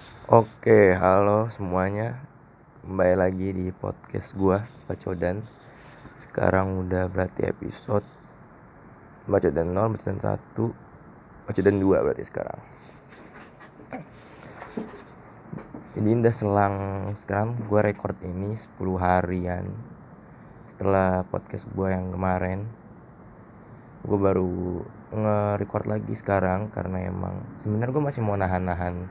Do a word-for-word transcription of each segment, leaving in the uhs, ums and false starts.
Oke, halo semuanya. Kembali lagi di podcast gua, Bacodan. Sekarang udah berarti episode Bacodan nol, Bacodan satu, Bacodan dua berarti sekarang. Jadi udah selang sekarang gua record ini sepuluh harian setelah podcast gua yang kemarin. Gua baru nge-record lagi sekarang karena emang sebenarnya gua masih mau nahan-nahan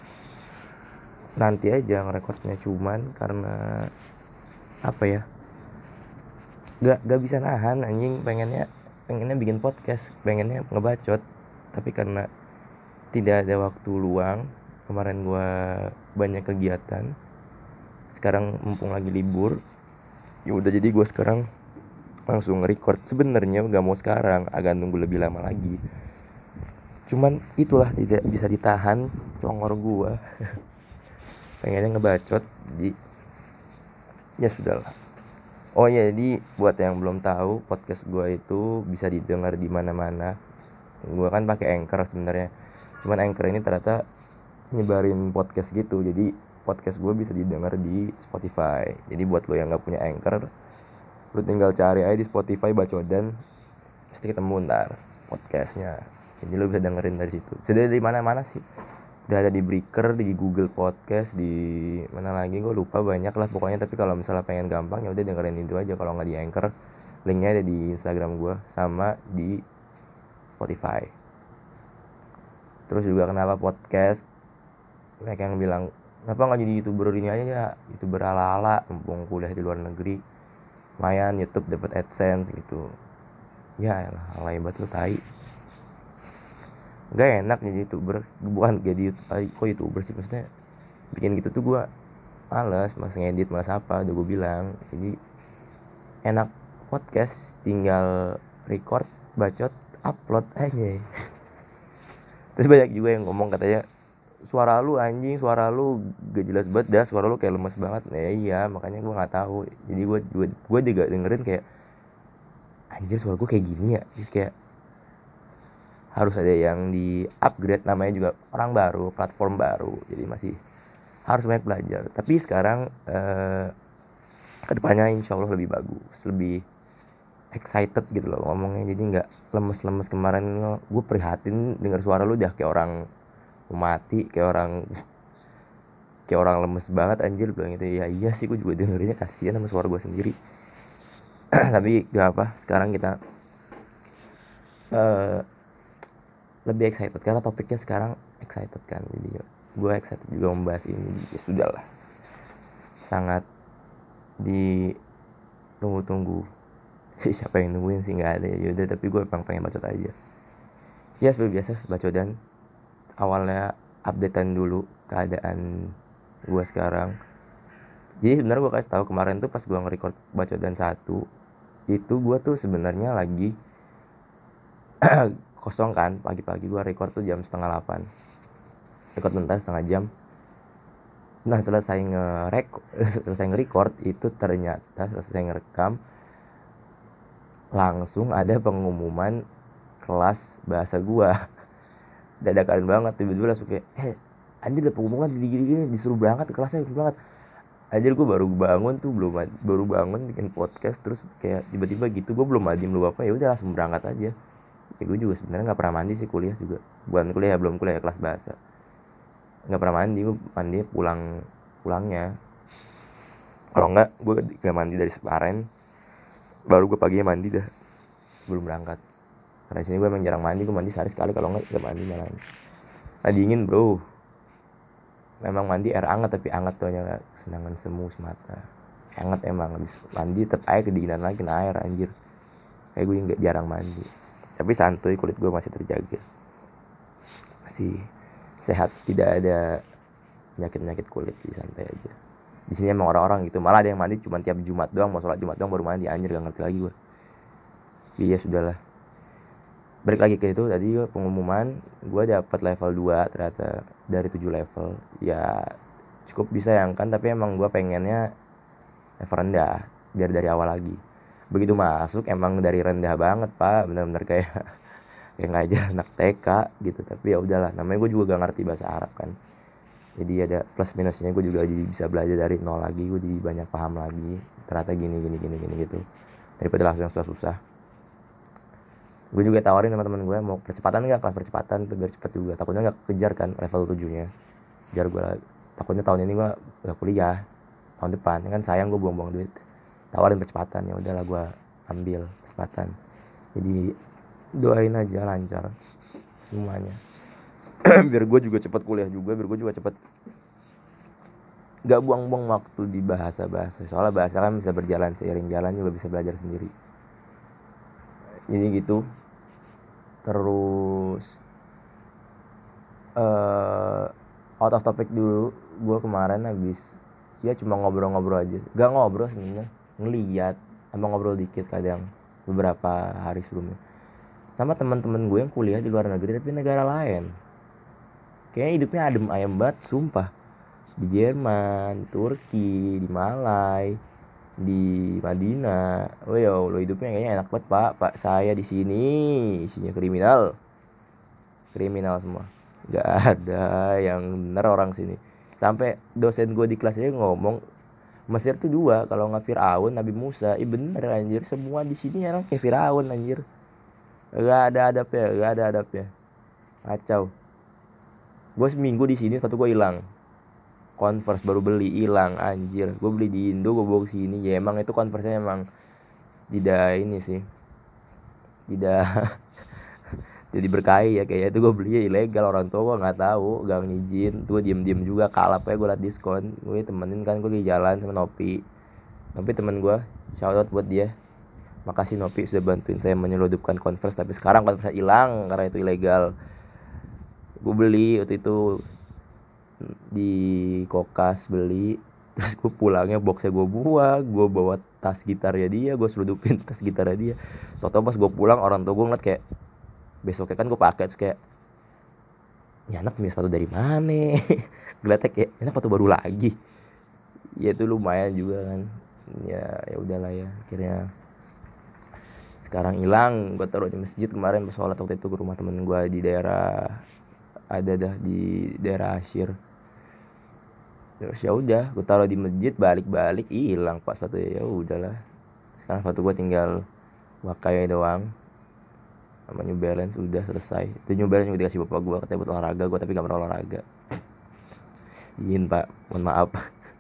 nanti aja nge-recordnya, cuman karena apa ya, gak gak bisa nahan anjing, pengennya pengennya bikin podcast, pengennya ngebacot, tapi karena tidak ada waktu luang. Kemarin gua banyak kegiatan, sekarang mumpung lagi libur, ya udah jadi gua sekarang langsung record. Sebenarnya nggak mau sekarang, agak nunggu lebih lama lagi, cuman itulah tidak bisa ditahan congor gua. Pengennya ngebacot di ya sudahlah. Oh ya, jadi buat yang belum tahu, podcast gua itu bisa didengar di mana-mana. Gua kan pakai Anchor sebenarnya, cuman Anchor ini ternyata nyebarin podcast gitu, jadi podcast gue bisa didengar di Spotify. Jadi buat lo yang nggak punya Anchor, lo tinggal cari aja di Spotify Bacodan, pasti ketemu ntar podcastnya. Jadi lo bisa dengerin dari situ. Sudah di mana-mana sih, udah ada di Breaker, di Google Podcast, di mana lagi gue lupa, banyak lah pokoknya. Tapi kalau misalnya pengen gampang ya udah dengerin itu aja. Kalau nggak di Anchor, linknya ada di Instagram gue sama di Spotify. Terus juga kenapa podcast, mereka yang bilang kenapa nggak jadi youtuber ini aja ya, youtuber ala-ala, mumpung kuliah di luar negeri, lumayan YouTube dapat AdSense gitu. Ya elah, alay banget lu, tai. Gak enak jadi youtuber, bukan jadi kok youtuber sih, maksudnya bikin gitu tuh gue males, males ngedit, males apa, udah gue bilang. Jadi enak podcast, tinggal record, bacot, upload aja. Terus banyak juga yang ngomong katanya, suara lu anjing, suara lu gak jelas banget dah, suara lu kayak lemes banget. Ya iya, makanya gue nggak tahu. Jadi gue gue gue juga dengerin kayak, anjir suara gue kayak gini ya. Terus kayak harus ada yang di upgrade, namanya juga orang baru, platform baru, jadi masih harus banyak belajar. Tapi sekarang eh, kedepannya insya Allah lebih bagus, lebih excited gitu loh ngomongnya, jadi nggak lemes-lemes. Kemarin gue prihatin denger suara lu dah kayak orang mati, kayak orang kayak orang lemes banget anjir, bilang gitu. Ya iya sih, gue juga dengerinnya kasihan sama suara gue sendiri. Tapi gak apa, sekarang kita uh, lebih excited karena topiknya sekarang excited kan. Jadi gue excited juga membahas ini. Ya sudah lah, sangat ditunggu-tunggu. Siapa yang nungguin sih, nggak ada ya. Yaudah, tapi gue emang pengen bacot aja. Ya seperti biasa bacotan. Awalnya updatean dulu keadaan gue sekarang. Jadi sebenarnya gue kasih tahu kemarin tuh pas gue nge-record bacotan satu, itu gue tuh sebenarnya lagi kosong kan. Pagi-pagi gue record tuh jam setengah delapan, record bentar setengah jam. Nah selesai nge-record selesai nge-record itu ternyata selesai ngerekam, langsung ada pengumuman kelas bahasa gue. Dadakan banget, tiba-tiba langsung kayak, eh anjir ada pengumuman gini-gini, disuruh berangkat ke kelasnya, disuruh berangkat. Anjir gue baru bangun tuh, belum baru bangun bikin podcast, terus kayak tiba-tiba gitu. Gue belum mandi belum apa, ya udah langsung berangkat aja. Ya gue juga sebenarnya nggak pernah mandi sih kuliah juga, bukan kuliah, belum kuliah, kelas bahasa nggak pernah mandi. Gue mandi pulang pulangnya, kalau nggak gue nggak mandi dari kemarin, baru gue paginya mandi dah, belum berangkat. Karena sini gue emang jarang mandi, gue mandi sehari sekali, kalau nggak nggak mandi malah. Nah dingin bro, memang mandi air hangat, tapi hangat tuh hanya kesenangan semu semata. Hangat emang, habis mandi tetap air kedinginan lagi, kena air anjir. Kayak gue nggak jarang mandi, tapi santuy, kulit gue masih terjaga, masih sehat, tidak ada penyakit-penyakit kulit, jadi santai aja. Di sini emang orang-orang gitu, malah ada yang mandi cuma tiap Jumat doang, mau sholat Jumat doang baru mandi, anjir gak ngerti lagi gue. Iya sudahlah, balik lagi ke itu tadi. Pengumuman gue dapat level dua ternyata dari tujuh level. Ya cukup disayangkan, tapi emang gue pengennya level rendah biar dari awal lagi. Begitu masuk emang dari rendah banget pak, bener-bener kayak kayak ngajar anak T K gitu. Tapi ya udahlah, namanya gue juga gak ngerti bahasa Arab kan, Jadi ada plus minusnya, gue juga jadi bisa belajar dari nol lagi, gue jadi banyak paham lagi ternyata gini gini gini gini gitu, daripada langsung yang susah-susah. Gue juga tawarin sama teman gue mau percepatan nggak, kelas percepatan tuh biar cepet juga, takutnya nggak kejar kan level tujuh nya, biar gue takutnya tahun ini gue gak kuliah, tahun depan kan sayang gue buang-buang duit. Tawarin percepatan, ya udahlah gue ambil percepatan. Jadi doain aja lancar semuanya. Biar gue juga cepet kuliah juga, biar gue juga cepet gak buang-buang waktu di bahasa-bahasa, soalnya bahasa kan bisa berjalan seiring jalan, juga bisa belajar sendiri. Jadi gitu. Terus uh, out of topic dulu, gue kemarin habis ya cuma ngobrol-ngobrol aja, gak ngobrol sebenarnya, ngeliat sama ngobrol dikit kadang beberapa hari sebelumnya sama teman-teman gue yang kuliah di luar negeri tapi negara lain. Kayaknya hidupnya adem ayem banget sumpah, di Jerman, Turki, di Malai, di Madinah. Oh ya Allah, hidupnya kayaknya enak banget pak. Pak saya di sini isinya kriminal, kriminal semua. Gak ada yang bener orang sini. Sampai dosen gue di kelas aja ngomong Mesir tuh dua, kalau nggak Firaun, Nabi Musa. Ih bener anjir, semua di sini orang kayak Firaun anjir. Gak ada adabnya, gak ada adabnya. Kacau. Gue seminggu di sini sepatu gue hilang. Converse baru beli hilang anjir. Gue beli di Indo, gue bawa ke sini. Ya emang itu Converse-nya emang tidak ini sih. Tidak jadi berkahi ya, kayak itu gue beli ya ilegal, orang tua gue nggak tahu, gak ngizin. Tuh diem-diem juga kalap aja gue liat diskon. Gue temenin kan, gue di jalan sama Nopi. Nopi temen gue, shout out buat dia. Makasih Nopi sudah bantuin saya menyeludupkan Converse, tapi sekarang Converse hilang karena itu ilegal. Gue beli waktu itu di Kokas beli, terus gue pulangnya boxnya gue buang, gue bawa tas gitarnya dia, gue seludupin tas gitarnya dia. Tau-tau pas gue pulang orang tua gue ngeliat kayak, besoknya kan gue pakai terus kayak, ini anak punya sepatu dari mana? Ngeliatnya kayak, ini sepatu baru lagi. Ya itu lumayan juga kan. Ya ya udahlah ya, akhirnya sekarang hilang. Gue taruh di masjid kemarin pas sholat waktu itu ke rumah temen gue di daerah, ada dah di daerah Asyir. Terus ya udah, gue taruh di masjid, balik-balik hilang pas sepatu. Ya udahlah, sekarang sepatu gue tinggal pakai doang sama New Balance, udah selesai. Itu New Balance juga dikasih bapak gue, katanya buat olahraga, gue tapi gak pernah olahraga. Izin pak, mohon maaf.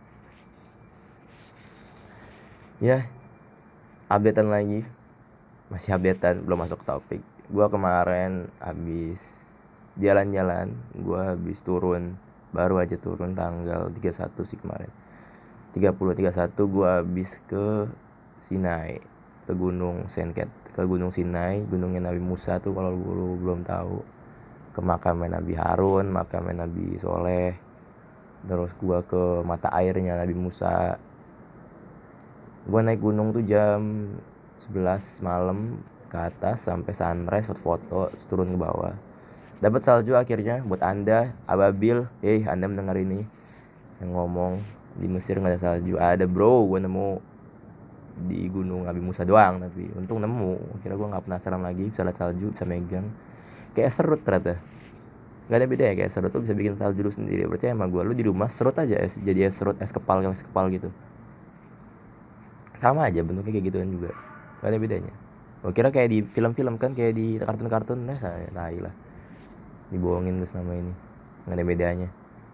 Ya, updatean lagi, masih updatean, belum masuk topik. Gue kemarin habis jalan-jalan, gue habis turun, baru aja turun tanggal tiga puluh satu sih kemarin, tiga puluh tiga puluh satu gue habis ke Sinai, ke Gunung Senket, ke Gunung Sinai, gunungnya Nabi Musa tuh kalau lu belum tahu. Ke makamnya Nabi Harun, makamnya Nabi Soleh. Terus gue ke mata airnya Nabi Musa. Gue naik gunung tuh jam sebelas malam ke atas sampai sunrise, foto-foto, turun ke bawah. Dapat salju akhirnya buat anda Ababil. Eh hey, anda mendengar ini yang ngomong di Mesir nggak ada salju. Ada bro, gue nemu di gunung Nabi Musa doang, tapi untung nemu. Kira gue nggak penasaran lagi, bisa lihat salju, bisa megang. Kayak serut ternyata. Gak ada beda ya, kayak serut tuh bisa bikin salju lu sendiri. Percaya sama gue, lu di rumah serut aja es, jadi es serut, es kepal, es kepal gitu. Sama aja bentuknya kayak gituan juga, gak ada bedanya. Gue kira kayak di film-film kan, kayak di kartun-kartun, nah saya tahi lah, dibohongin terus nama ini, gak ada bedanya.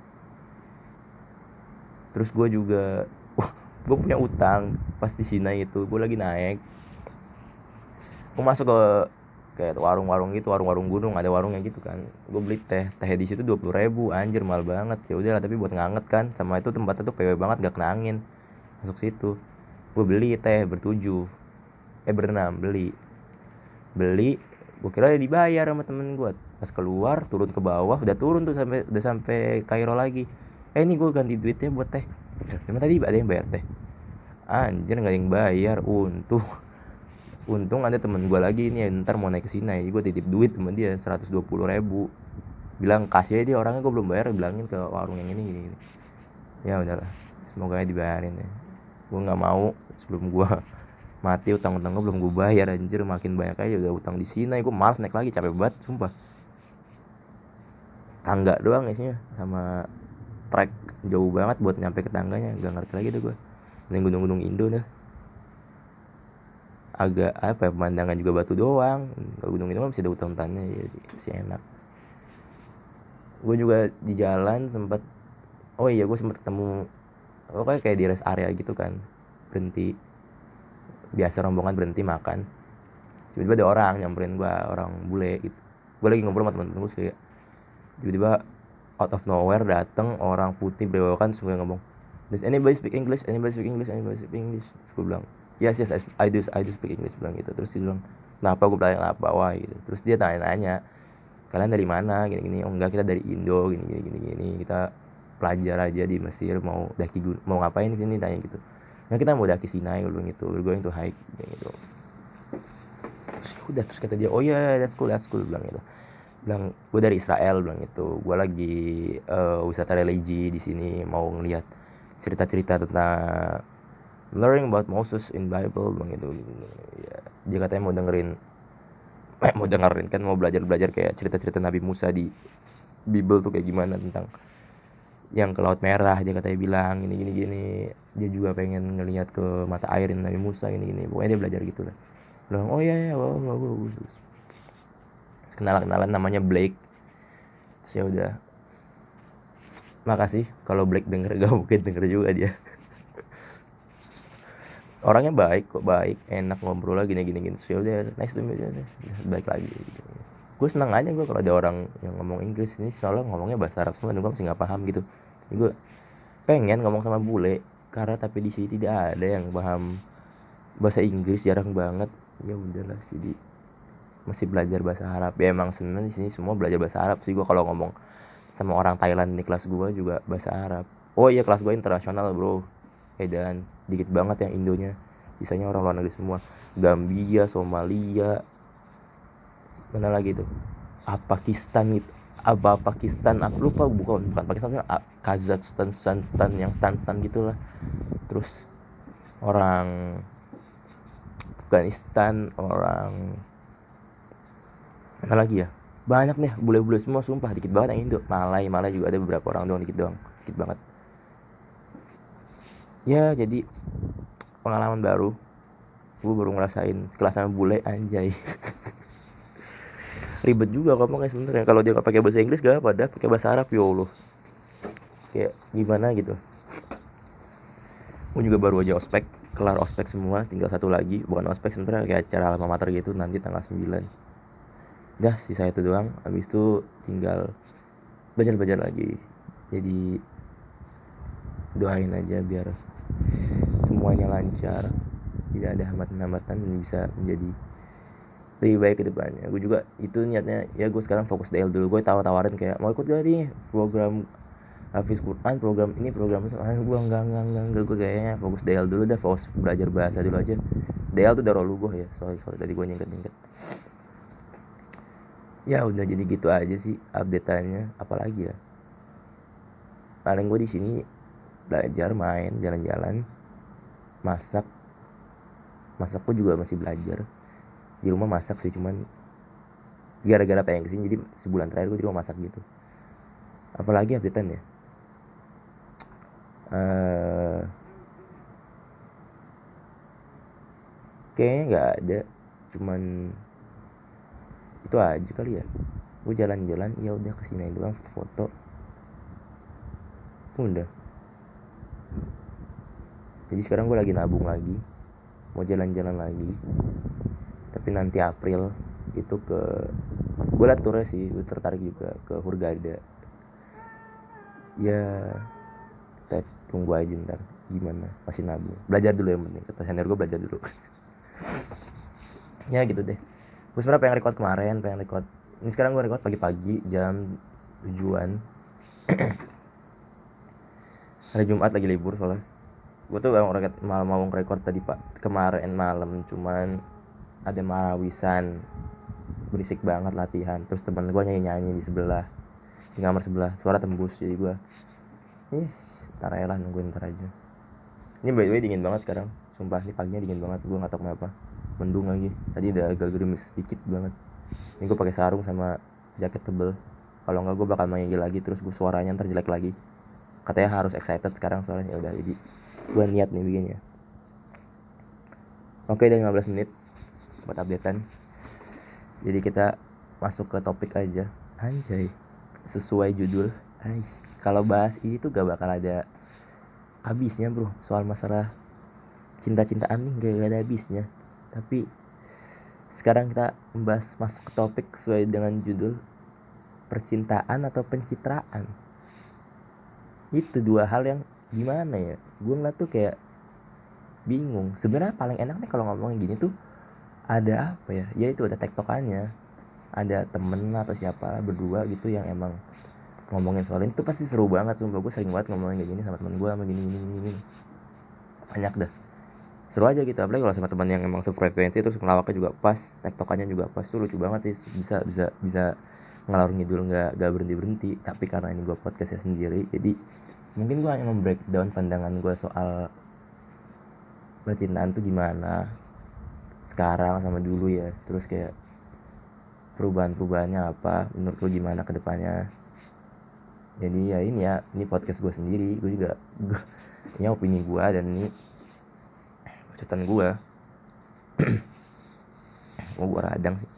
Terus gue juga, wah, gue punya utang pas di Sinai itu. Gue lagi naik, gue masuk ke kayak warung-warung gitu, warung-warung gunung, ada warungnya gitu kan. Gue beli teh, teh di situ dua puluh ribu, anjir mahal banget. Ya udahlah, tapi buat nganget kan, sama itu tempatnya tuh P W banget, gak kena angin masuk situ. Gue beli teh bertujuh, eh berenam, beli beli gue kira dibayar sama temen gue. Pas keluar, turun ke bawah, udah turun tuh sampai udah sampai Kairo lagi. Eh ini gue ganti duitnya buat teh. Emang tadi ada yang bayar teh? Anjir nggak ada yang bayar. Untung untung ada temen gue lagi nih, ntar mau naik ke sini, gue titip duit temen dia seratus dua puluh ribu. Bilang kasih aja dia, orangnya gue belum bayar, bilangin ke warung yang ini gini, gini. Ya udahlah, semoga dibayarin ya. Gue nggak mau sebelum gue mati utang-utang gue belum gue bayar, anjir makin banyak aja udah utang di sini. Gue malas naik lagi, capek banget sumpah. Tangga doang isinya sama trek jauh banget buat nyampe ke tangganya. Gak ngerti lagi tuh gue. Mending gunung-gunung Indo dah. Agak apa ya, pemandangan juga batu doang. Kalau gunung Indo masih ada hutan-hutannya, jadi masih enak. Gue juga di jalan sempat, oh iya gue sempat ketemu, pokoknya kayak di rest area gitu kan, berhenti, biasa rombongan berhenti makan. Tiba-tiba ada orang nyamperin gue, orang bule gitu. Gue lagi ngobrol sama temen-temen gue kayak, tiba-tiba out of nowhere dateng orang putih berewokan, terus gue ngomong, does anybody speak English, anybody speak English, anybody speak English. Terus gue bilang, yes yes I do I do speak English, bilang gitu. Terus dia bilang, kenapa? Gue bilang apa? Wah gitu. Terus dia tanya-nanya, kalian dari mana, gini-gini. Oh enggak, kita dari Indo, gini-gini gini-gini. Kita pelajar aja di Mesir, mau daki gunung, mau ngapain di sini, tanya gitu. Nah kita mau daki Sinai, gue bilang gitu, we're going to hike, gitu. Terus udah, terus kata dia, oh iya yeah, that's cool that's cool, bilang gitu. Bilang gue dari Israel, bilang gitu. Gue lagi uh, wisata religi di sini, mau ngeliat cerita-cerita tentang learning about Moses in Bible, bilang gitu. Ya, dia katanya mau dengerin mau dengerin kan, mau belajar-belajar kayak cerita-cerita Nabi Musa di Bible tuh kayak gimana, tentang yang ke Laut Merah. Dia katanya bilang gini gini gini, dia juga pengen ngelihat ke mata air Nabi Musa gini gini. Pokoknya dia belajar gitu lah. Bilang oh iya ya, wow, wow, wow. Kenalan-kenalan, namanya Blake. Terus ya udah, makasih kalau Blake denger, gak mungkin denger juga dia. Orangnya baik kok, baik, enak ngobrol lah gini gini gini. Terus ya udah, nice to meet you, baik lagi gitu. Gue seneng aja gue kalau ada orang yang ngomong Inggris. Ini soalnya ngomongnya bahasa Arab semua dan gue masih nggak paham gitu. Jadi gue pengen ngomong sama bule, karena tapi di sini tidak ada yang paham bahasa Inggris, jarang banget. Ya udahlah, jadi masih belajar bahasa Arab. Ya emang sebenarnya di sini semua belajar bahasa Arab sih. Gue kalau ngomong sama orang Thailand di kelas gue juga bahasa Arab. Oh iya, kelas gue internasional bro. Eh dan dikit banget yang Indonya, sisanya orang luar negeri semua. Gambia, Somalia, mana lagi tuh, ah, Pakistan gitu, apa Pakistan apa lupa, bukan bukan Pakistan, Kazakhstan, Stan Stan yang Stan Stan gitulah. Terus orang Afghanistan, orang mana lagi ya, banyak nih bule-bule semua, sumpah dikit banget yang Indo. Malay Malay juga ada beberapa orang doang, dikit doang, dikit banget. Ya jadi pengalaman baru, gue baru ngerasain kelas sama bule, anjay. Ribet juga ngomongnya sebenarnya. Kalau dia nggak pakai bahasa Inggris gak apa, dah pakai bahasa Arab, ya Allah, kayak gimana gitu. Gue juga baru aja ospek, kelar ospek semua, tinggal satu lagi, bukan ospek sebenarnya, kayak acara alma mater gitu nanti tanggal sembilan. Dah sisa itu doang, habis itu tinggal belajar-belajar lagi. Jadi doain aja biar semuanya lancar, tidak ada hambatan-hambatan, dan bisa menjadi lebih baik ke depannya. Gue juga itu niatnya, ya gue sekarang fokus D L dulu. Gue tawar-tawarin kayak mau ikut gak nih program Hafiz Quran, program ini program itu. Ah gue enggak enggak enggak enggak gue kayaknya fokus D L dulu dah, fokus belajar bahasa dulu aja. D L tuh darah lugoh ya, sorry sorry tadi gue nyingkat-nyingkat. Ya udah, jadi gitu aja sih update-nya. Apalagi ya, paling gue di sini belajar, main, jalan-jalan, masak. Masak gue juga masih belajar. Di rumah masak sih, cuman gara-gara pengen kesini, jadi sebulan terakhir gue di rumah masak gitu. Apalagi updatean ya, uh, kayaknya nggak ada, cuman itu aja kali ya. Gue jalan-jalan, ya udah kesini doang, foto-foto, udah. Jadi sekarang gue lagi nabung lagi, mau jalan-jalan lagi, tapi nanti April itu ke, gue liat turnya sih, gue tertarik juga ke Hurghada. Ya kita tunggu aja ntar gimana, masih nabung, belajar dulu yang penting, kata senior gue, belajar dulu. Ya gitu deh. Gue sebenarnya pengen record kemarin, pengen record ini, sekarang gue record pagi-pagi jam tujuan. Hari Jumat lagi libur soalnya. Gue tuh mau record, malam mau record tadi pak kemarin malam, cuman ada marawisan, berisik banget latihan. Terus teman gue nyanyi-nyanyi di sebelah, di kamar sebelah, suara tembus. Jadi gue ih ntar lah, nungguin ntar aja. Ini by the way dingin banget sekarang, sumpah ini paginya dingin banget. Gue nggak tahu kenapa, mendung lagi, tadi udah agak gerimis sedikit banget. Ini gue pakai sarung sama jaket tebel, kalau nggak gue bakal manggil lagi, terus gue suaranya ntar jelek lagi. katanya harus excited sekarang soalnya. Ya udah, jadi gue niat nih bikinnya. Oke, udah lima belas menit buat updatean. Jadi kita masuk ke topik aja. Anjay, sesuai judul. Aish, kalau bahas ini tuh gak bakal ada habisnya bro. Soal masalah cinta-cintaan nih gak, gak ada habisnya. Tapi sekarang kita membahas, masuk ke topik sesuai dengan judul, percintaan atau pencitraan. Itu dua hal yang gimana ya, gue ngeliat tuh kayak bingung. Sebenarnya paling enak nih kalau ngomongin gini tuh ada apa ya, ya itu ada tektokannya, ada temen atau siapa berdua gitu yang emang ngomongin soal ini tuh pasti seru banget. Sumpah gue sering banget ngomongin kayak gini sama temen gue, sama gini gini gini banyak dah, seru aja gitu. Apalagi kalau sama teman yang emang sefrekuensi, terus ngelawaknya juga pas, tektokannya juga pas, tuh lucu banget sih. Bisa bisa bisa ngalor ngidul nggak nggak berhenti berhenti. Tapi karena ini gue podcastnya sendiri, jadi mungkin gue hanya membreakdown pandangan gue soal percintaan tuh gimana sekarang sama dulu ya, terus kayak perubahan-perubahannya apa, menurut lu gimana ke depannya. Jadi ya ini ya, ini podcast gue sendiri, gue juga gue, ini opini gue dan ini bacotan gue. Mau gue radang sih.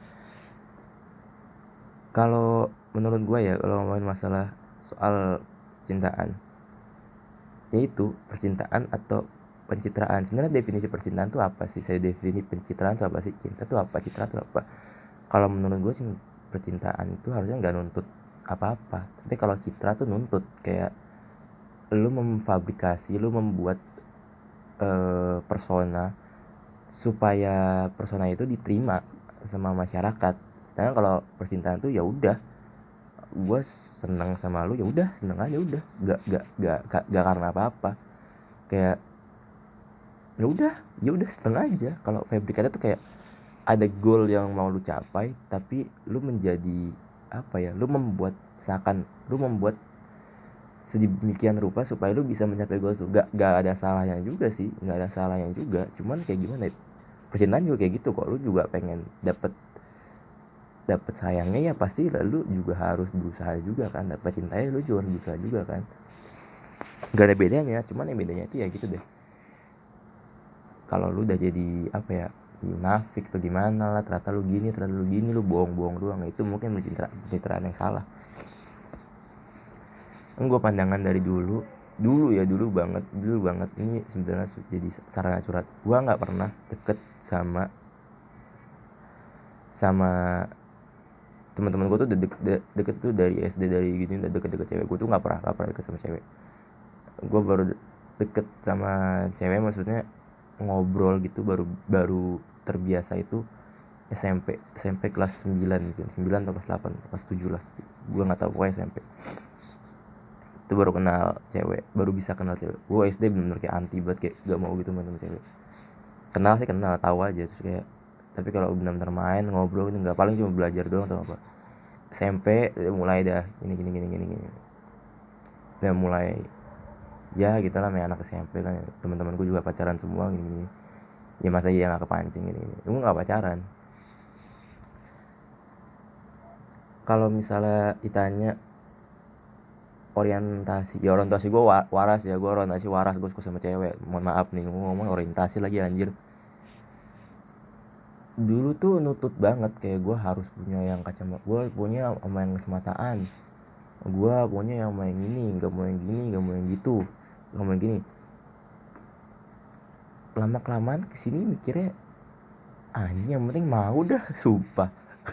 Kalau menurut gue ya, kalau ngomongin masalah soal cintaan, yaitu percintaan atau pencitraan. Sebenarnya definisi percintaan tuh apa sih? Saya definisi pencitraan tuh apa sih? Cinta tuh apa? Citra tuh apa? Kalau menurut gue sih percintaan itu harusnya nggak nuntut apa-apa. Tapi kalau citra tuh nuntut, kayak lu memfabrikasi, lu membuat uh, persona supaya persona itu diterima sama masyarakat. Sedangkan kalau percintaan tuh ya udah, gue seneng sama lu ya udah, seneng aja udah, gak gak gak gak, gak karena apa-apa. Kayak ya udah, ya udah setengah aja. Kalau fabrikatnya tuh kayak ada goal yang mau lu capai, tapi lu menjadi apa ya, lu membuat seakan lu membuat sedemikian rupa supaya lu bisa mencapai goal tuh. Gak, gak ada salahnya juga sih, gak ada salahnya juga. Cuman kayak gimana ya, percintaan juga kayak gitu kok. Lu juga pengen dapet dapet sayangnya, ya pasti lu juga harus berusaha juga kan. Dapet cintanya lu juga harus berusaha juga kan. Gak ada bedanya, cuman yang bedanya itu ya gitu deh. Kalau lu udah jadi apa ya, munafik atau gimana lah, ternyata lu gini, ternyata lu gini, lu bohong-bohong doang, itu mungkin pencitraan yang salah. Kan gue pandangan dari dulu, dulu ya dulu banget, dulu banget ini sebenarnya jadi sarana curhat. Gue nggak pernah deket sama sama teman-teman gue tuh deket, deket, deket tuh dari S D, dari gini udah deket-deket cewek. Gue tuh nggak pernah nggak pernah deket sama cewek. Gue baru deket sama cewek, maksudnya ngobrol gitu, baru baru terbiasa itu S M P S M P kelas sembilan gitu, sembilan atau kelas delapan, kelas tujuh lah, gue nggak tahu, pokoknya S M P itu baru kenal cewek, baru bisa kenal cewek. Gue S D bener-bener kayak anti banget, kayak gak mau gitu main sama cewek. Kenal sih kenal, tahu aja, terus kayak, tapi kalau benar-benar main ngobrol itu nggak, paling cuma belajar doang atau apa. S M P mulai dah gini gini gini gini gini udah mulai ya gitu lah, main anak S M P kan, teman-teman gue juga pacaran semua gini gini. Ya masa iya nggak kepancing gini gini, gue nggak pacaran. Kalau misalnya ditanya orientasi, ya orientasi gue waras ya, gue orientasi waras, gue suka sama cewek. Mohon maaf nih, gue ngomong orientasi lagi anjir. Dulu tuh nutut banget, kayak gue harus punya yang kacamata, gue punya sama yang kacamataan, gue punya yang main gini, gak mau yang gini, gak mau yang gitu, gak mau yang gini. Lama kelamaan kesini mikirnya, anjing yang penting mau dah, sumpah.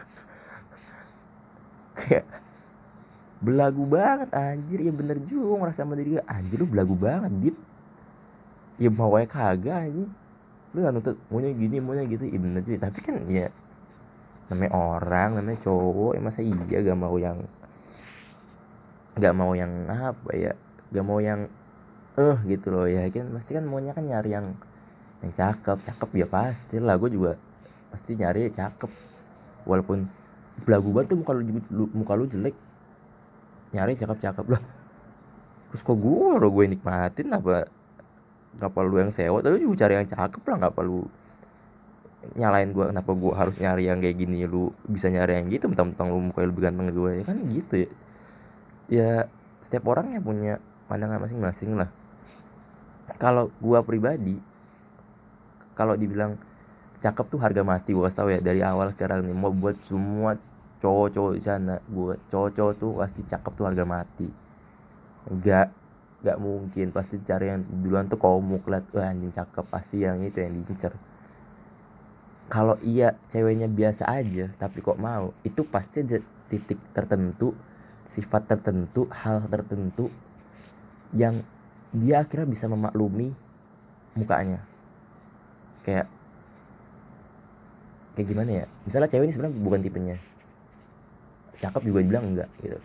Kayak belagu banget anjir, ya bener juga ngerasa sama diri gue, anjir lu belagu banget Dip, ya mau aja kagak anjing, lu gak nutut maunya gini maunya gitu, ya bener juga. Tapi kan ya namanya orang, namanya cowok, ya masa iya gak mau yang gak mau yang apa ya, gak mau yang eh gitu loh ya kan. Pasti kan maunya kan nyari yang yang cakep, cakep ya pasti lah, gue juga pasti nyari cakep, walaupun belagu banget tuh muka lu, muka lu jelek, nyari cakep-cakep lah. Terus kok gue lo gue nikmatin apa, nggak perlu yang sewa, tapi juga cari yang cakep lah, nggak perlu nyalain gue kenapa gue harus nyari yang kayak gini, lu bisa nyari yang gitu, mentang-mentang lu mukanya lebih ganteng gue, ya kan gitu ya. Ya setiap orang yang punya pandangan masing-masing lah. Kalau gue pribadi, kalau dibilang cakep tuh harga mati, gue kasih tau ya dari awal sekarang nih, mau buat semua cowok-cowok di sana, gue cowok-cowok tuh pasti cakep tuh harga mati. Enggak, enggak mungkin, pasti cari yang duluan tuh komuk, liat wah anjing cakep, pasti yang itu yang diincer. Kalau iya ceweknya biasa aja tapi kok mau, itu pasti ada titik tertentu, sifat tertentu, hal tertentu yang dia akhirnya bisa memaklumi mukanya. Kayak kayak gimana ya, misalnya cewek ini sebenarnya bukan tipenya, cakep juga dibilang enggak gitu,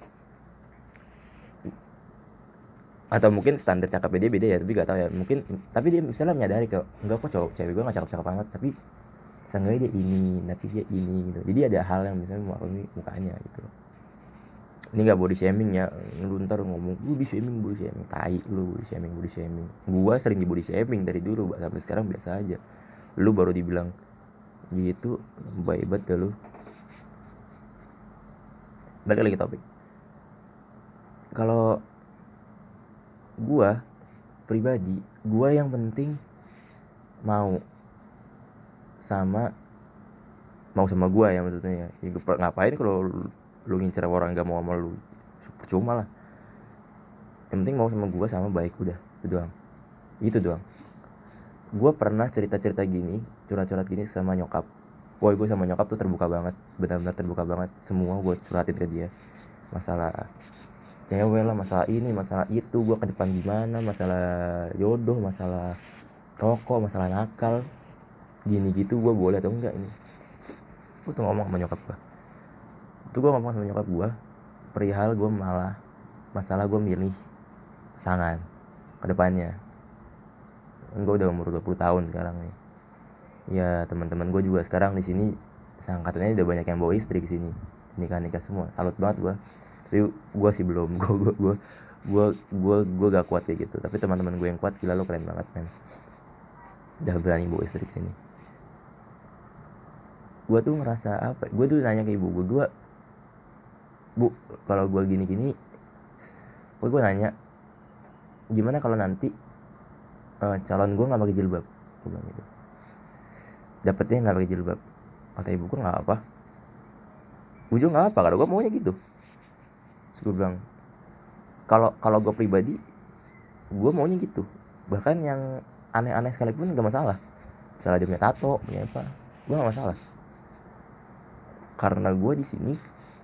atau mungkin standar cakepnya dia beda ya, tapi gak tahu ya, mungkin tapi dia misalnya menyadari kok enggak kok cowok cewek gue gak cakep-cakep banget, tapi seenggaknya dia ini, tapi dia ini gitu. Jadi ada hal yang misalnya memaklumi mukanya gitu. Ini gak body shaming ya, lu ntar ngomong body shaming body shaming, tai lu body shaming body shaming. Gua sering di body shaming dari dulu sampai sekarang biasa aja. Lu baru dibilang gitu baik banget lu. Balik lagi topik. Kalau gua pribadi, gua yang penting mau sama mau sama gua ya maksudnya ya. Ya ngapain kalau lu, lu ngincer orang gak mau sama lu, percuma lah. Yang penting mau sama gua sama baik, udah itu doang. Itu doang. Gua pernah cerita-cerita gini, curhat-curhat gini sama nyokap. Woi, gue sama nyokap tuh terbuka banget, benar-benar terbuka banget. Semua gue curhatin ke dia. Masalah cewek lah, masalah ini, masalah itu, gue ke depan gimana, masalah jodoh, masalah rokok, masalah nakal, gini gitu gue boleh atau enggak ini. Gue tuh ngomong sama nyokap gue. Tuh gue ngomong sama nyokap gue perihal gue malah masalah gue milih pasangan ke depannya. Gue udah umur dua puluh tahun sekarang nih. Ya teman-teman gue juga sekarang di sini seangkatannya udah banyak yang bawa istri ke sini, nikah-nikah semua, salut banget gue. Tapi gue sih belum, gue gue gue gue gue gue gak kuat kayak gitu. Tapi teman-teman gue yang kuat, gila lo keren banget men, udah berani bawa istri ke sini. Gue tuh ngerasa apa, gue tuh nanya ke ibu gue, gue bu kalau gue gini-gini, gue gue nanya gimana kalau nanti uh, calon gue nggak pakai jilbab, gue bilang gitu. Dapetnya nggak pakai jilbab, kata ibu gue nggak apa, ujung nggak apa, karena gue maunya gitu. Terus gue bilang kalau kalau gue pribadi gue maunya gitu, bahkan yang aneh-aneh sekalipun nggak masalah. Misalnya dia punya tato, punya apa, gue nggak masalah. Karena gue di sini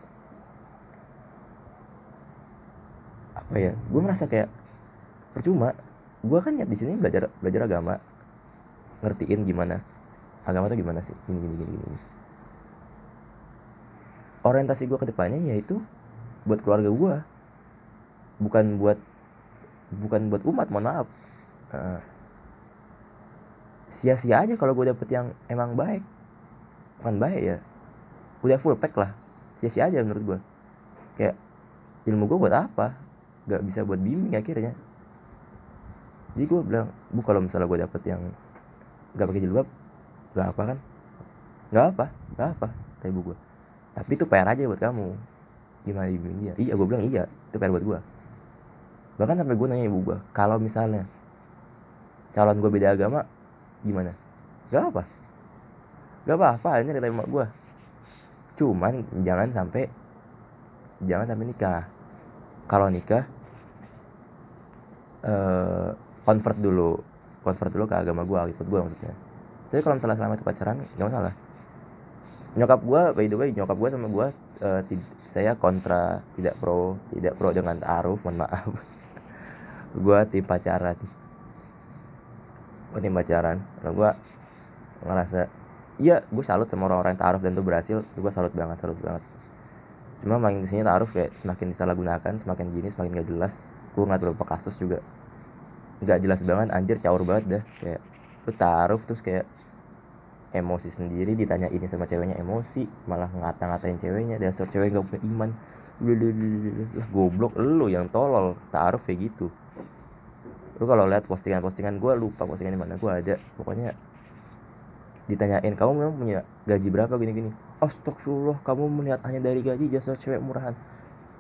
apa ya, gue merasa kayak percuma. Gue kan niat di sini belajar belajar agama, ngertiin gimana agama tuh gimana sih, gini gini gini gini. Orientasi gue ke depannya yaitu buat keluarga gue, bukan buat bukan buat umat, mohon maaf. Uh, sia-sia aja kalau gue dapet yang emang baik, bukan baik ya, udah full pack lah, sia-sia aja menurut gue. Kayak ilmu gue buat apa, gak bisa buat bimbing akhirnya. Jadi gue bilang, bu kalau misalnya gue dapet yang gak pakai jilbab, gak apa kan, gak apa, gak apa, kata ibu gue. Tapi itu P R aja buat kamu, gimana dibimbing dia. Iya, gue bilang iya, itu P R buat gue. Bahkan sampai gue nanya ibu gue, kalau misalnya calon gue beda agama, gimana? Gak apa, gak apa-apa, hanya kata emak gue. Cuman jangan sampai jangan sampai nikah. Kalau nikah, uh, convert dulu, convert dulu ke agama gue, ikut gue maksudnya. Tapi kalau misalnya selama itu pacaran, gak masalah. Nyokap gue, by the way, nyokap gue sama gue, uh, tid- saya kontra, tidak pro, tidak pro dengan ta'aruf, mohon maaf. Gue tim pacaran, gue tim pacaran. Karena gue ngerasa, iya, gue salut sama orang-orang yang ta'aruf dan itu berhasil, gue salut banget, salut banget. Cuma makin kesini ta'aruf kayak semakin disalahgunakan, semakin gini, semakin gak jelas. Gue ngeliat beberapa kasus juga gak jelas banget, anjir, caur banget dah. Kayak lu ta'aruf terus kayak emosi sendiri, ditanya ini sama ceweknya emosi, malah ngata-ngatain ceweknya, dasar cewek gak punya iman. Lah goblok lu yang tolol, ta'aruf kayak gitu. Lu kalau lihat postingan-postingan, gue lupa postingan di mana, gue ada pokoknya ditanyain kamu memang punya gaji berapa gini-gini. Astagfirullah, kamu melihat hanya dari gaji, jasa cewek murahan.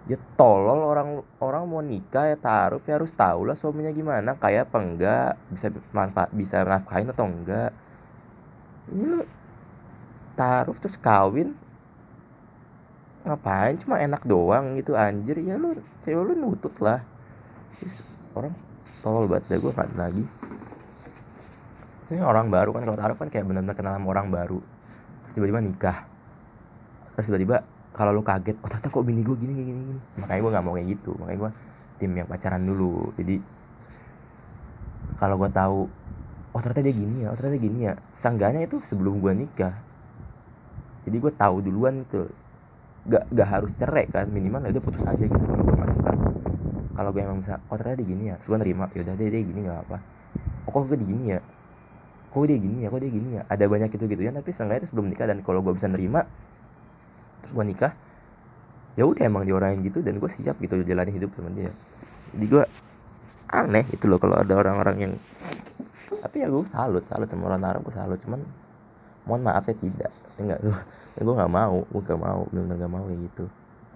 Ya tolol, orang orang mau nikah ya taruh ya harus tahu lah suaminya gimana, kayak apa enggak, bisa manfaat, bisa nafkahin atau enggak. Ini lu taruh terus kawin ngapain, cuma enak doang gitu anjir. Ya lu cewek lu nutut lah. Terus orang tolol banget dah, gue nggak lagi. Soalnya orang baru kan, kalau taruh kan kayak benar-benar kenal sama orang baru, terus tiba-tiba nikah, terus tiba-tiba kalau lu kaget, oh ternyata kok bini gue gini gini gini. Makanya gue nggak mau kayak gitu, makanya gue tim yang pacaran dulu. Jadi kalau gue tahu, oh ternyata dia gini ya, oh ternyata gini ya, seenggaknya itu sebelum gue nikah. Jadi gue tahu duluan gitu, gak gak harus cerai kan, minimal ya udah putus aja gitu kalau gue nggak suka. Kalau gue emang bisa, oh ternyata dia gini ya, terus gue nerima, ya udah dia dia gini nggak apa. Oh kok gue gini ya, kok dia gini ya, kok dia gini ya, ada banyak gitu gitu ya. Tapi seenggaknya itu sebelum nikah, dan kalau gue bisa nerima terus gue nikah, ya udah emang dia orang yang gitu dan gue siap gitu jalanin hidup sama dia. Jadi gue aneh itu loh kalau ada orang-orang yang, tapi ya gue salut salut sama orang Arab, gue salut, cuman mohon maaf saya tidak, enggak tuh. Ya, gue nggak mau, gue nggak mau, benar-benar nggak mau kayak gitu.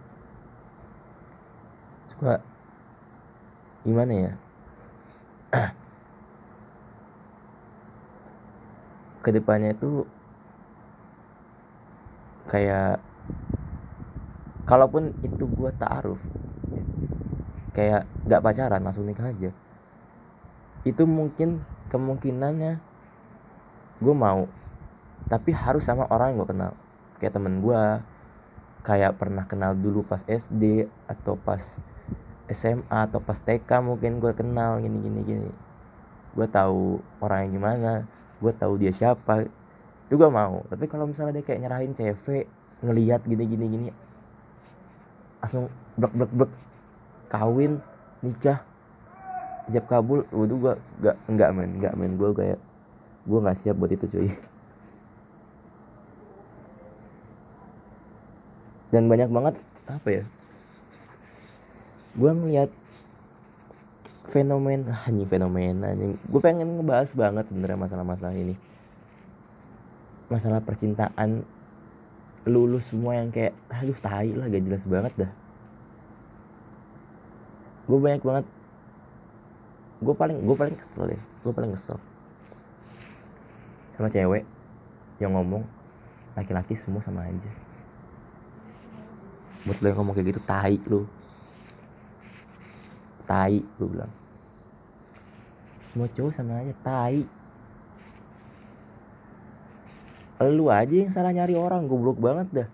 Suka gimana ya, kedepannya itu kayak, kalaupun itu gue taaruf, kayak nggak pacaran langsung nikah aja, itu mungkin kemungkinannya gue mau, tapi harus sama orang yang gue kenal, kayak temen gue, kayak pernah kenal dulu pas S D atau pas S M A atau pas T K, mungkin gue kenal gini gini gini, gue tahu orangnya gimana, gue tahu dia siapa, itu gue mau. Tapi kalau misalnya dia kayak nyerahin C V, ngelihat gini gini gini, langsung blek blek blek, kawin, nikah, ijab kabul, waduh gue gak, enggak men, enggak men, gue kayak, gue nggak siap buat itu cuy. Dan banyak banget apa ya, gue ngeliat fenomena, anjing fenomena anjing, gue pengen ngebahas banget sebenarnya masalah-masalah ini, masalah percintaan lulus semua yang kayak aduh tai lah, gak jelas banget dah. Gue banyak banget, gue paling gue paling kesel ya, gue paling kesel sama cewek yang ngomong laki-laki semua sama aja. Buat lo yang ngomong kayak gitu, tai lu, tai gue bilang, semua cowok sama aja, tai. Lu aja yang salah nyari orang, goblok banget dah.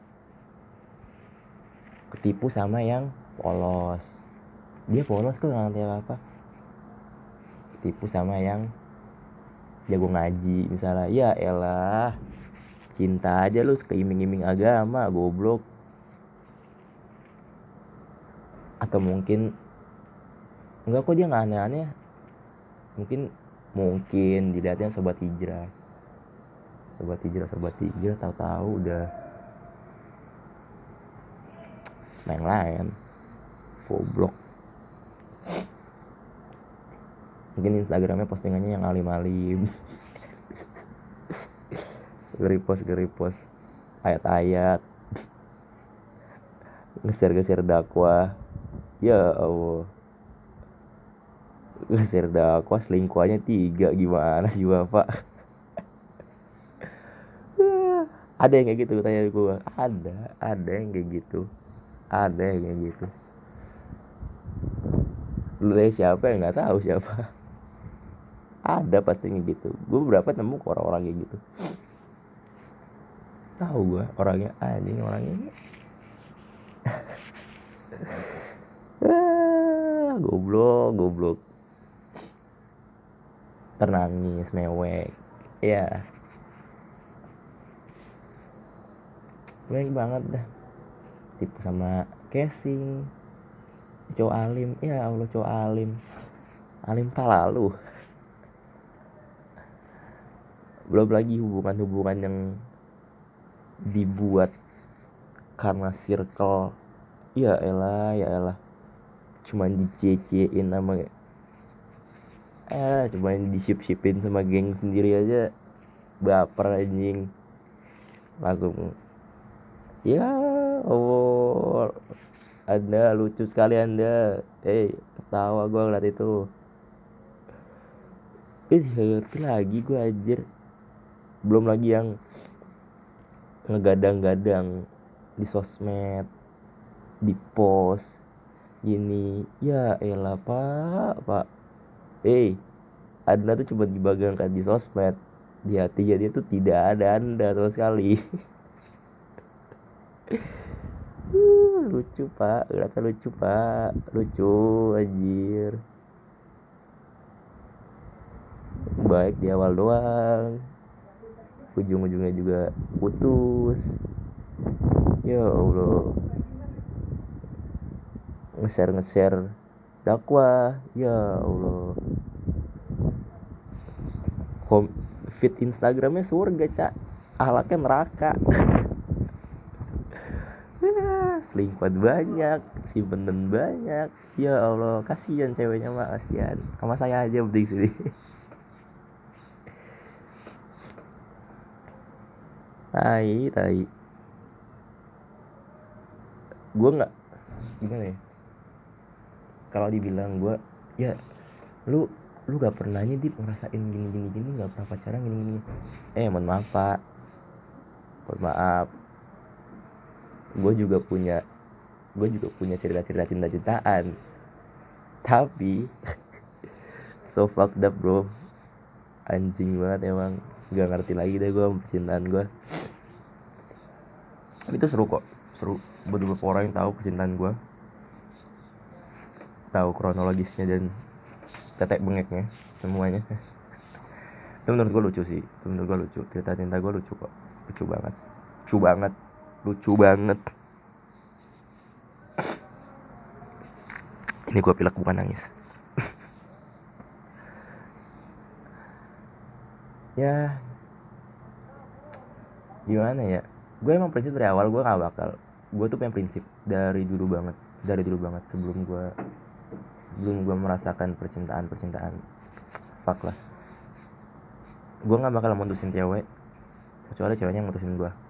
Ketipu sama yang polos, dia polos kok nggak ngerti apa-apa. Ketipu sama yang jago ngaji misalnya, ya elah, cinta aja lu sekeiming-iming agama, goblok. Atau mungkin enggak kok, dia nggak aneh-aneh, mungkin mungkin dilihatnya sobat hijrah, sobat hijrah sobat hijrah tahu-tahu udah main lain, goblok. Mungkin Instagramnya postingannya yang alim-alim, nge-repost nge-repost ayat-ayat, nge-share-nge-share dakwah, ya Allah, nge-share dakwah selingkuhannya tiga, gimana sih bapak? Ada yang kayak gitu, tanya gue, ada ada yang kayak gitu, ada yang kayak gitu. Lu dari siapa yang nggak tahu siapa, ada pasti kayak gitu. Gue berapa nemu orang-orang kayak gitu, tahu gue orangnya, anjing orangnya ah, goblok goblok, ternangis mewek ya, banyak banget dah. Tipu sama casing, cowok alim, ya Allah cowok alim, alim tak lalu. Belum lagi hubungan-hubungan yang dibuat karena circle, ya elah ya elah, cuman dicecein sama, eh cuman disip-sipin sama geng sendiri aja, baper anjing, langsung ya Allah, Anda lucu sekali Anda. Eh, ketawa gue ngeliat itu. Eh, ngerti lagi gue anjir. Belum lagi yang ngegadang-gadang di sosmed, di post gini. Ya elah pak, pak. Eh, Anda tuh cuma dibanggakan di sosmed. Di hatinya dia tuh tidak ada Anda sama sekali. Lucu pak, ternyata lucu pak, lucu anjir. Baik di awal doang, ujung-ujungnya juga putus. Ya Allah, nge-share nge-share dakwah. Ya Allah, home feed Instagramnya surga cak, ahlaknya neraka. Selingkuhan banyak, simpenan banyak. Ya Allah, kasihan ceweknya mah, kasihan. Sama saya aja penting sini. Tai, tai. Gue nggak, gimana ya? Kalau dibilang gue, ya lu lu gak pernah nih Dip ngerasain gini gini gini, gak pernah pacaran gini gini. Eh mohon maaf pak, mohon maaf. Gue juga punya, gue juga punya cerita-cerita cinta-cintaan. Tapi so fucked up bro, anjing banget emang. Gak ngerti lagi deh gue percintaan gue. Itu seru kok, seru. Beberapa orang yang tahu percintaan gue, tahu kronologisnya dan tetek bengeknya semuanya. Itu menurut gue lucu sih, itu menurut gue lucu. Cerita cinta gue lucu kok, lucu banget, lucu banget, lucu banget. Ini gue pilek bukan nangis. Ya gimana ya, gue emang prinsip dari awal gue gak bakal, gue tuh punya prinsip dari dulu banget, dari dulu banget sebelum gue sebelum gue merasakan percintaan percintaan fuck lah, gue nggak bakal mutusin cewek kecuali ceweknya yang mutusin gue.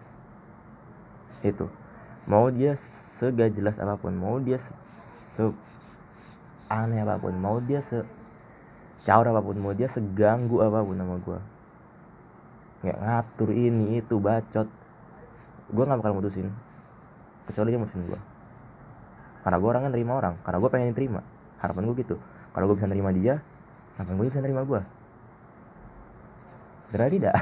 Itu mau dia segak jelas apapun, mau dia se, se aneh apapun, mau dia se caur apapun, mau dia seganggu apapun sama gue, nggak ngatur ini itu bacot, gue nggak bakal mutusin kecuali dia mutusin gue. Karena gue orangnya nerima orang, karena gue pengen diterima. Harapan gue gitu, kalau gue bisa nerima dia, harapan gue bisa nerima gue. Benar tidak?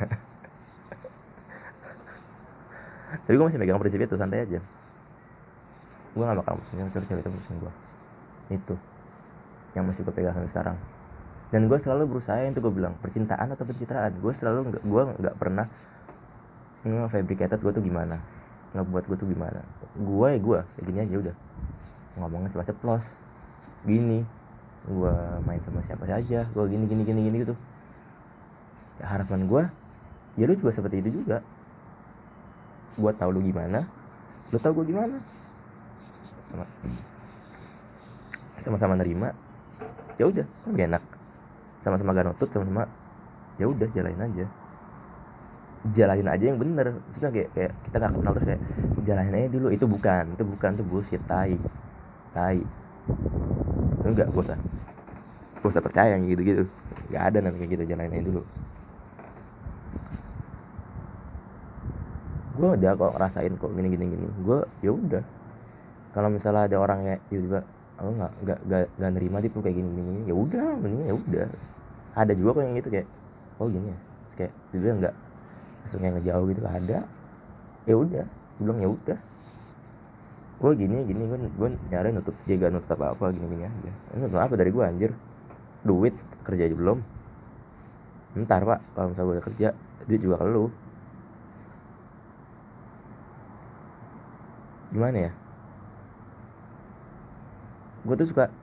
Tapi gue masih pegang prinsip itu, santai aja. Gue gak bakal mutusin kecuali cewek itu mutusin gue. Itu yang masih gue pegang sampai sekarang. Dan gue selalu berusaha, itu gue bilang, percintaan atau pencitraan, gue selalu, gue gak pernah nge-fabricated gue tuh gimana, ngebuat gue tuh gimana. Gue ya gue, kayak gini aja udah. Ngomongnya ceplos-ceplos gini, gue main sama siapa saja, gue gini gini gini gini gitu. Ya harapan gue, ya lu juga seperti itu juga. Gue tahu lu gimana, lu tahu gue gimana, sama sama-sama nerima. Ya udah, lebih enak. Sama-sama gak nutut, sama-sama ya udah jalanin aja, jalanin aja yang bener. Maksudnya kayak, kayak kita nggak kenal terus kayak jalanin aja dulu, itu bukan, itu bukan, itu bullshit, tai, tai. Enggak, gue usah, gue usah percaya yang gitu-gitu. Gak ada namanya gitu, jalanin aja dulu. Gue udah kok ngerasain kok gini gini gini. Gue ya udah, kalau misalnya ada orang kayak tiba-tiba aku nggak nggak nggak nerima dia kayak gini gini, ya udah mending ya udah. Ada juga kok yang gitu kayak oh gini ya, terus kayak tiba-tiba nggak langsung yang ngejauh gitu, ada. Ya udah, bilang ya udah, gue gini gini, gue gue nyari nutup dia gak nutup apa apa gini gini aja. Nutup apa dari gue anjir, duit kerja aja belum. Ntar pak kalau misalnya gue udah kerja, duit juga ke lu. Gimana ya, gue tuh suka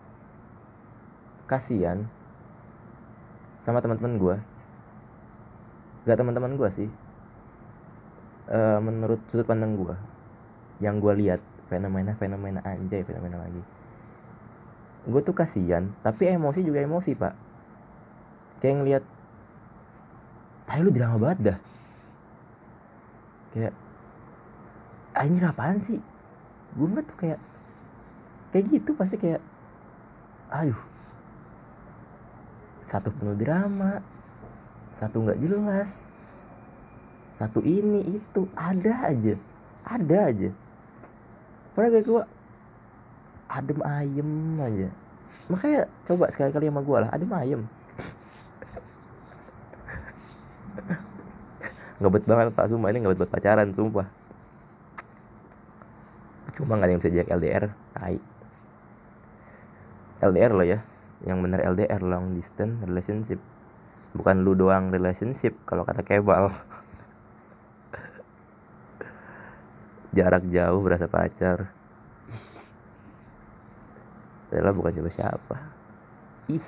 kasihan sama teman-teman gue, gak teman-teman gue sih, e, menurut sudut pandang gue yang gue lihat, fenomena fenomena anjay fenomena lagi, gue tuh kasihan tapi emosi juga emosi pak. Kayak ngeliat tahu lu drama banget dah, kayak anjir apaan sih, gue ngeliat tuh kayak kayak gitu pasti kayak aduh, satu penuh drama, satu nggak jelas, satu ini itu ada aja ada aja padahal kayak gue adem ayem aja. Makanya coba sekali-kali sama gue lah adem ayem. Ngebet banget pak, sumpah ini ngebet buat pacaran sumpah. Cuma nggak ada yang bisa diajak L D R, tai. L D R lo ya, yang bener L D R, long distance relationship, bukan lu doang relationship kalau kata Kebal. Jarak jauh berasa pacar. Adalah bukan siapa-siapa. Ih,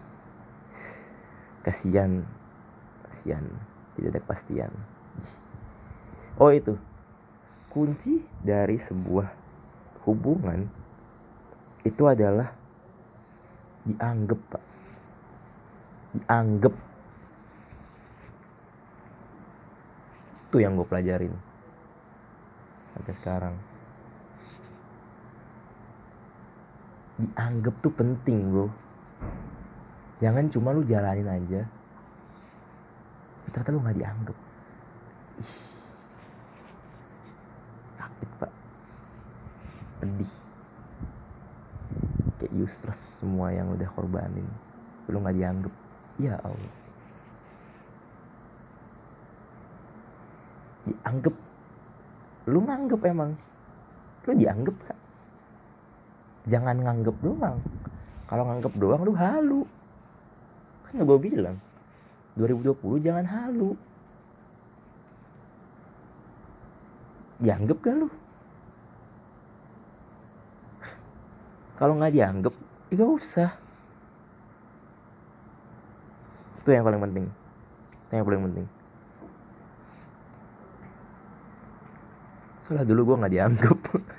kasihan, kasihan, tidak ada kepastian. Oh itu, kunci dari sebuah hubungan itu adalah dianggap, Pak. Dianggap. Itu yang gue pelajarin sampai sekarang. Dianggap tuh penting, bro. Jangan cuma lu jalanin aja, ternyata lu gak dianggap. Ih, sakit, Pak. Pedih. Kayak useless semua yang udah korbanin, lu gak dianggap. Ya Allah. Dianggap. Lu nganggep emang. Lu dianggap gak? Jangan nganggep doang. Kalau nganggep doang lu halu. Kan gue bilang dua ribu dua puluh jangan halu. Dianggap gak lu? Kalau gak dianggap, ya gak usah. Itu yang paling penting. Itu yang paling penting. Soalnya dulu gue gak dianggap.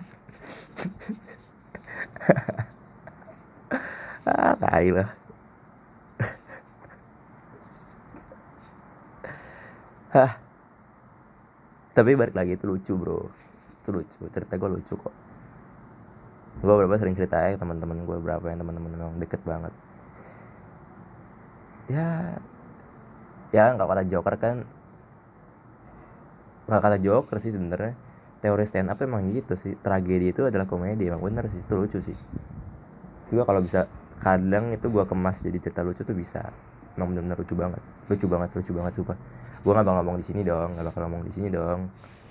Ah, tai lah. Hah. Tapi balik lagi itu lucu, bro. Itu lucu, cerita gue lucu kok. Gue berapa sering cerita ya teman-teman gue, berapa yang teman-teman memang deket banget. Ya, ya nggak kata Joker kan, nggak kata Joker sih sebenarnya. Teori stand up tuh emang gitu sih. Tragedi itu adalah komedi, emang bener sih. Itu lucu sih. Juga kalau bisa kadang itu gue kemas jadi cerita lucu tuh bisa. Emang bener-bener lucu banget, lucu banget, lucu banget sumpah. Gue nggak bakal ngomong di sini dong, nggak bakal ngomong di sini dong.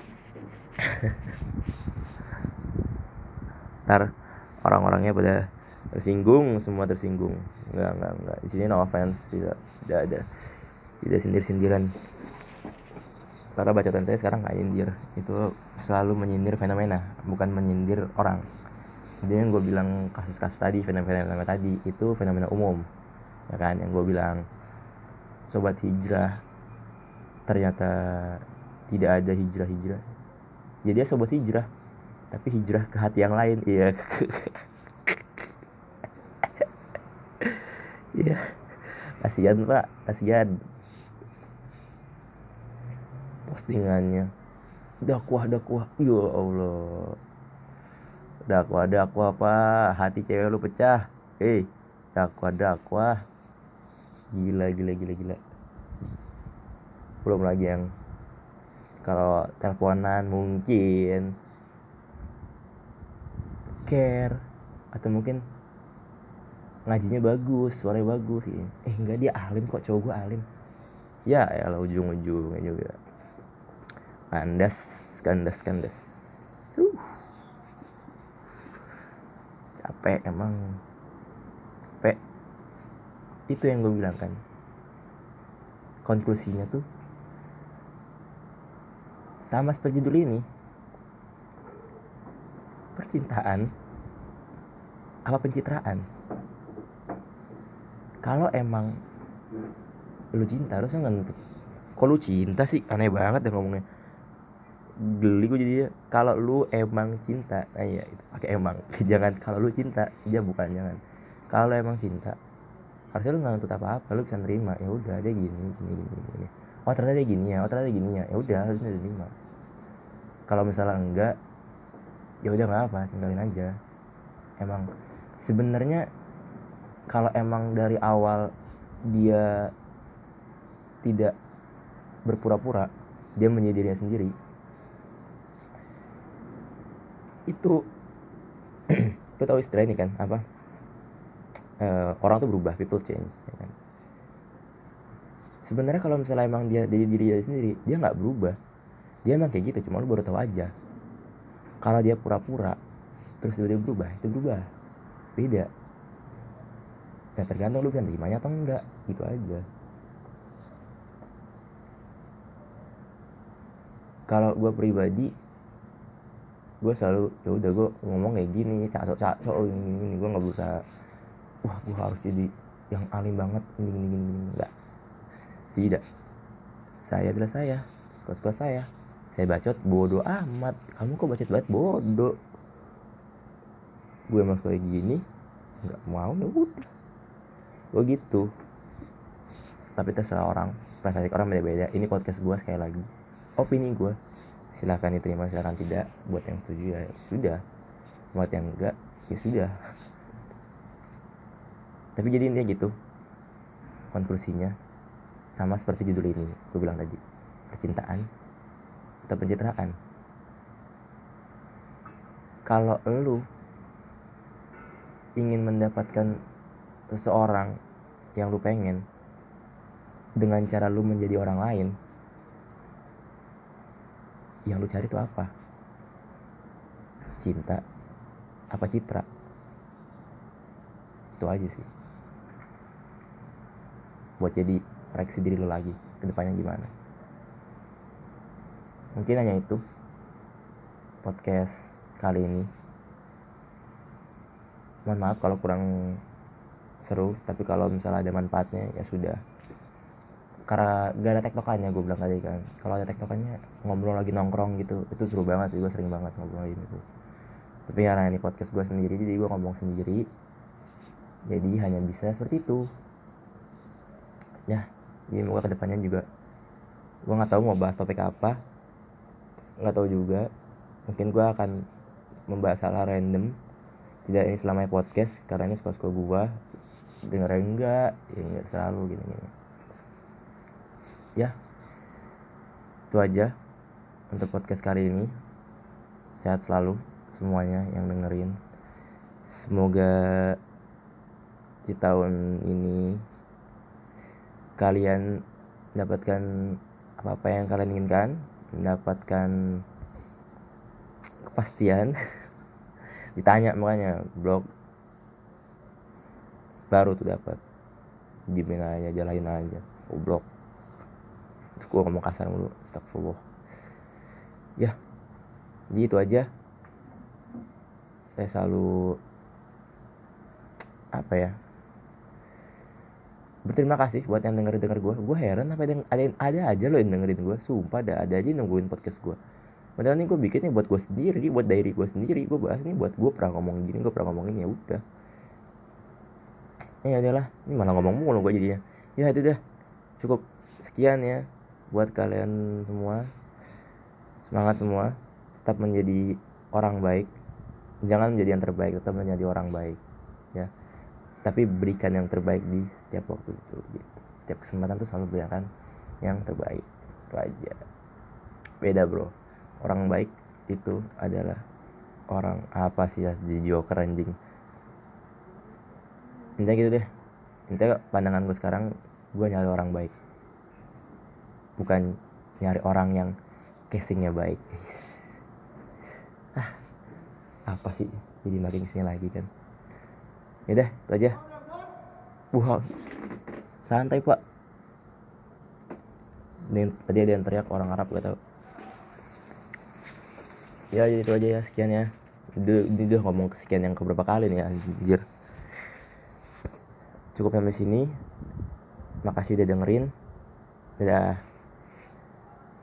Ntar orang-orangnya pada tersinggung, semua tersinggung. Enggak, enggak, enggak. Di sini no offense, tidak, tidak ada, tidak sindir-sindiran. Karena bacotan saya sekarang nggak nyindir, itu selalu menyindir fenomena, bukan menyindir orang. Jadi yang gue bilang kasus-kasus tadi, fenomena-fenomena tadi itu fenomena umum, ya kan? Yang gue bilang sobat hijrah ternyata tidak ada hijrah-hijrah. Jadi dia sobat hijrah, tapi hijrah ke hati yang lain. Iya. Iya. Kasihan, Pak, kasihan. Postingannya dakwah dakwah, ya Allah, dakwah dakwah apa, hati cewek lu pecah, eh, dakwah dakwah, gila gila gila gila. Belum lagi yang kalau teleponan mungkin care, atau mungkin ngajinya bagus, suaranya bagus, eh enggak dia alim kok, cowok gue alim. Ya elah, ujung-ujungnya juga kandas kandas kandas. uh. Capek emang, capek. Itu yang gue bilang kan, konklusinya tuh sama seperti judul ini, percintaan apa pencitraan. Kalau emang lu cinta, lu jangan, kok lu cinta sih, aneh banget deh ngomongnya, geli gue jadinya. Kalau lu emang cinta, nah ya itu pakai emang. Jangan kalau lu cinta, ya bukan, jangan. Kalau emang cinta, harusnya lu nggak nuntut apa-apa, lu bisa nerima. Ya udah dia gini gini gini gini. Oh ternyata dia gini ya, oh ternyata dia gini ya. Ya udah harusnya nerima. Kalau misalnya enggak, ya udah nggak apa, tinggalin aja. Emang sebenarnya kalau emang dari awal dia tidak berpura-pura, dia menjadi dirinya sendiri, itu lo tau istilah ini kan apa, uh, orang tuh berubah, people change ya kan? Sebenarnya kalau misalnya emang dia jadi diri dia sendiri, dia nggak berubah, dia emang kayak gitu, cuma lu baru tahu aja. Kalau dia pura-pura terus dia berubah, itu berubah, beda. Ya tergantung lu bisa nerimanya atau enggak, gitu aja. Kalau gue pribadi, gue selalu ya udah gue ngomong kayak gini, cacok cacok ini ini, gue nggak berusaha wah gue harus jadi yang alim banget ini ini ini, enggak, tidak. Saya adalah saya, suka-suka saya. Saya bacot bodoh amat, kamu kok bacot banget, bodoh. Gue emang suka kayak gini, nggak mau ya udah, gue gitu. Tapi terserah orang, privasi orang beda-beda. Ini podcast gue, sekali lagi opini gue, silahkan diterima silahkan tidak. Buat yang setuju ya sudah, buat yang enggak ya sudah. Tapi jadi intinya gitu, konklusinya sama seperti judul ini gue bilang tadi, percintaan atau pencitraan. Kalau lu ingin mendapatkan seseorang yang lu pengen dengan cara lu menjadi orang lain, yang lu cari itu apa? Cinta apa citra? Itu aja sih. Buat jadi koreksi diri lu lagi kedepannya gimana. Mungkin hanya itu podcast kali ini. Mohon maaf kalau kurang seru, tapi kalau misalnya ada manfaatnya ya sudah. Karena gak ada tektokannya, gue bilang tadi kan. Kalau ada tektokannya, ngobrol lagi nongkrong gitu, itu seru banget sih, gue sering banget ngobrol gitu. Tapi karena ini podcast gue sendiri, jadi gue ngomong sendiri, jadi hanya bisa seperti itu ya. Jadi moga kedepannya juga, gue nggak tahu mau bahas topik apa, nggak tahu juga. Mungkin gue akan membahas hal random, tidak ini selamanya podcast, karena ini suka-suka gue, dengerin enggak ya nggak selalu gini-gini ya. Itu aja untuk podcast kali ini. Sehat selalu semuanya yang dengerin. Semoga di tahun ini kalian mendapatkan apa-apa yang kalian inginkan, mendapatkan kepastian. Ditanya makanya blog baru tuh dapat, dimin aja, jalanin aja, goblok. Terus gue ngomong kasar mulu, astagfirullah ya. Jadi itu aja. Saya selalu apa ya, berterima kasih buat yang denger denger gue. Gue heran apa ada ada ada aja lo yang dengerin gue, sumpah ada ada aja nungguin podcast gue. Padahal ini gue bikinnya buat gue sendiri, buat diary gue sendiri. Gue bahas ini buat gue pernah ngomong gini, gue pernah ngomong ini, ya udah. Ya udahlah, ini malah ngomong mulu gue jadinya. Ya itu dah, cukup sekian ya buat kalian semua. Semangat semua, tetap menjadi orang baik. Jangan menjadi yang terbaik, tetap menjadi orang baik ya. Tapi berikan yang terbaik di setiap waktu itu gitu. Setiap kesempatan tuh selalu berikan yang terbaik. Itu aja. Beda bro, orang baik itu adalah orang apa sih ya, di Joker anjing. Intinya gitu deh. Intinya pandangan gue sekarang, gue nyari orang baik, bukan nyari orang yang casingnya baik. Ah, apa sih, jadi makin kesini lagi kan. Yaudah, itu aja. Wah, santai pak. Ini, tadi ada yang teriak orang Arab, gak tau. Ya jadi itu aja ya, sekian ya. Ini udah ngomong kesekian yang keberapa kali nih anjir. Cukup sampai sini. Makasih udah dengerin. Dadah.